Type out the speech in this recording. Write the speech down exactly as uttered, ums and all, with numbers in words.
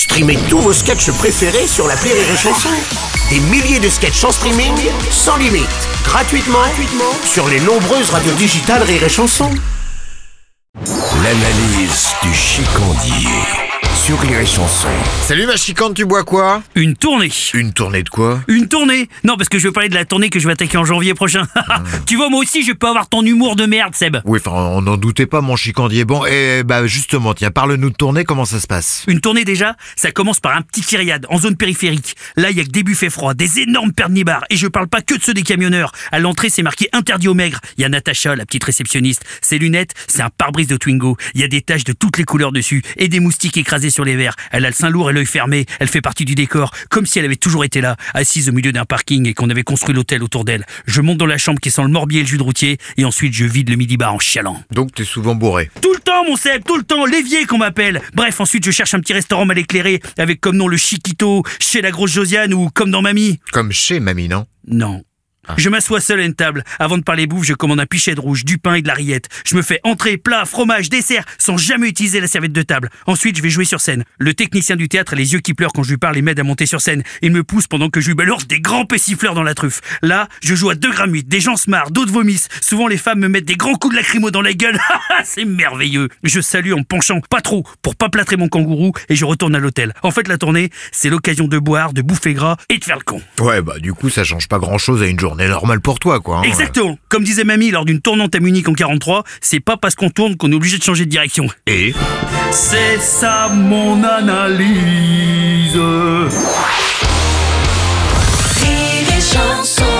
Streamez tous vos sketchs préférés sur l'appli Rire et Chanson. Des milliers de sketchs en streaming, sans limite, gratuitement, gratuitement sur les nombreuses radios digitales Rire et Chanson. L'analyse du chicandier sur Rire et Chanson. Salut ma chicante, tu bois quoi? Une tournée. Une tournée de quoi? Une tournée? Non, parce que je veux parler de la tournée que je vais attaquer en janvier prochain. mmh. Tu vois, moi aussi, je peux avoir ton humour de merde, Seb. Oui, enfin, on n'en doutait pas, mon chicandier. Bon, et bah justement, tiens, parle-nous de tournée, comment ça se passe? Une tournée déjà, ça commence par un petit kyriade, en zone périphérique. Là, il y a que des buffets froids, des énormes pernibards, et je parle pas que de ceux des camionneurs. À l'entrée, c'est marqué interdit aux maigres. Il y a Natacha, la petite réceptionniste. Ses lunettes, c'est un pare-brise de Twingo. Il y a des taches de toutes les couleurs dessus, et des moustiques écrasés sur les verres. Elle a le sein lourd et l'œil fermé. Elle fait partie du décor, comme si elle avait toujours été là, assise au milieu d'un parking et qu'on avait construit l'hôtel autour d'elle. Je monte dans la chambre qui sent le morbier et le jus de routier, et ensuite je vide le midi-bar en chialant. Donc t'es souvent bourré? Tout le temps, mon Seb, tout le temps, l'évier qu'on m'appelle. Bref, ensuite je cherche un petit restaurant mal éclairé, avec comme nom le Chiquito, chez la grosse Josiane ou comme dans Mamie. Comme chez Mamie, non? Non. Je m'assois seul à une table. Avant de parler bouffe, je commande un pichet de rouge, du pain et de la rillette. Je me fais entrée, plat, fromage, dessert, sans jamais utiliser la serviette de table. Ensuite, je vais jouer sur scène. Le technicien du théâtre a les yeux qui pleurent quand je lui parle et m'aide à monter sur scène. Il me pousse pendant que je lui balance des grands pessifleurs dans la truffe. Là, je joue à deux grammes huit. Des gens se marrent, d'autres vomissent. Souvent, les femmes me mettent des grands coups de lacrymo dans la gueule. C'est merveilleux. Je salue en me penchant, pas trop, pour pas plâtrer mon kangourou, et je retourne à l'hôtel. En fait, la tournée, c'est l'occasion de boire, de bouffer gras et de faire le con. Ouais, bah du coup, ça change pas grand-chose à une journée normale pour toi. Quoi, hein. Exactement. Comme disait Mamie lors d'une tournante à Munich en quarante-trois, c'est pas parce qu'on tourne qu'on est obligé de changer de direction. Et c'est ça mon analyse. Rire et Chanson.